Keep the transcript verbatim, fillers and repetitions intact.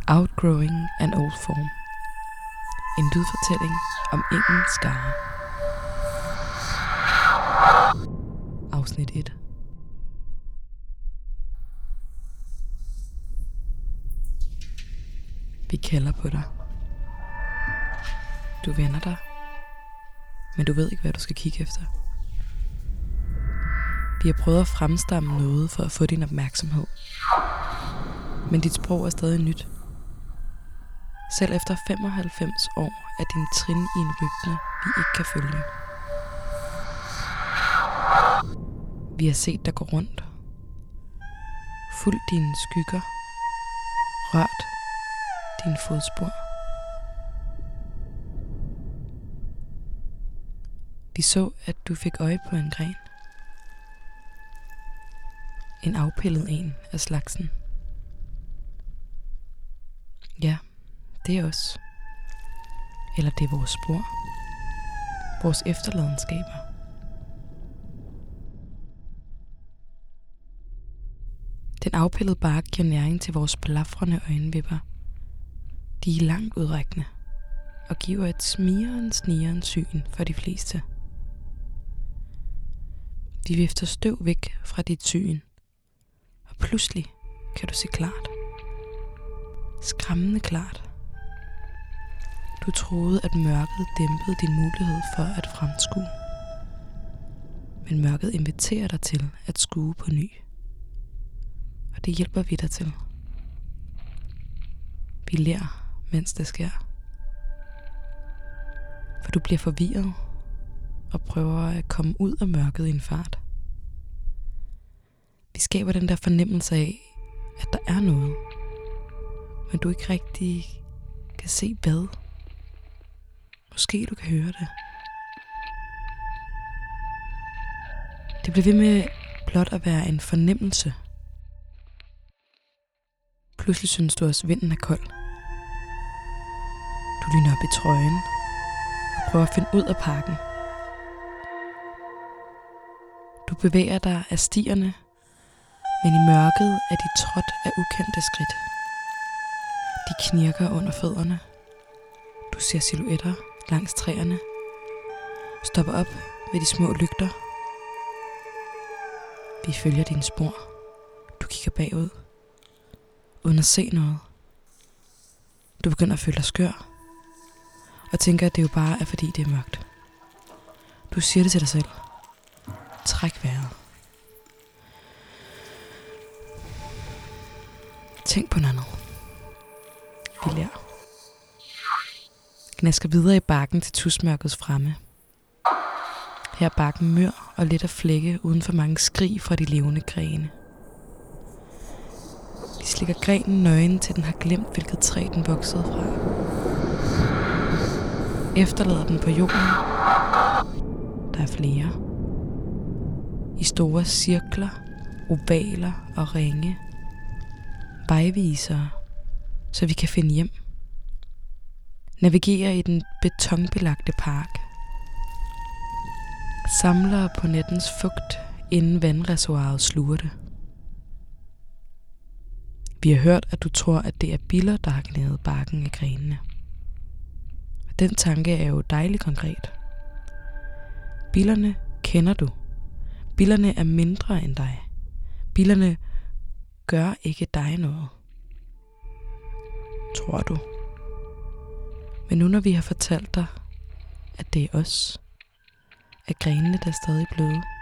Outgrowing an Old Form. En lydfortælling om ingen skare. Afsnit et. Vi kalder på dig. Du vender dig, men du ved ikke, hvad du skal kigge efter. Vi har prøvet at fremstamme noget for at få din opmærksomhed. Men dit sprog er stadig nyt. Selv efter femoghalvfems år er din trin i en rytme, vi ikke kan følge. Vi har set dig gå rundt. Fulgt dine skygger. Rørt dine fodspor. Vi så, at du fik øje på en gren. En afpillet en af slagsen. Ja, det er os. Eller det er vores spor. Vores efterladenskaber. Den afpillede bark giver næring til vores blafrende øjenvipper. De er langt udrækkende og giver et smiren snigeren syn for de fleste. Vi vifter støv væk fra dit syn, og pludselig kan du se klart. Skræmmende klart. Du troede, at mørket dæmpede din mulighed for at fremskue. Men mørket inviterer dig til at skue på ny. Og det hjælper vi dig til. Vi ler, mens det sker. For du bliver forvirret og prøver at komme ud af mørket i en fart. Vi skaber den der fornemmelse af, at der er noget, men du ikke rigtig kan se hvad. Måske du kan høre det. Det bliver ved med blot at være en fornemmelse. Pludselig synes du også, at vinden er kold. Du lyner op i trøjen og prøver at finde ud af parken. Du bevæger dig af stierne, men i mørket er de trådt af ukendte skridt. De knirker under fødderne. Du ser silhuetter langs træerne. Stopper op ved de små lygter. Vi følger dine spor. Du kigger bagud, uden at se noget. Du begynder at føle dig skør, og tænker, at det jo bare er fordi det er mørkt. Du siger det til dig selv. Træk vejret. Tænk på noget andet. Vi lærer. Gnasker videre i bakken til tusmørkets fremme. Her er bakken mør og lidt af flække uden for mange skrig fra de levende grene. Vi slikker grenen nøgen, til den har glemt, hvilket træ den voksede fra. Efterlader den på jorden. Der er flere. I store cirkler, ovaler og ringe. Vejvisere, så vi kan finde hjem. Navigere i den betonbelagte park. Samler på nettens fugt, inden vandreservoiret sluger det. Vi har hørt, at du tror, at det er biller, der har gnævet barken af grenene. Den tanke er jo dejligt konkret. Billerne kender du. Billerne er mindre end dig. Billerne gør ikke dig noget. Tror du. Men nu når vi har fortalt dig, at det er os, er grenene der stadig bløde.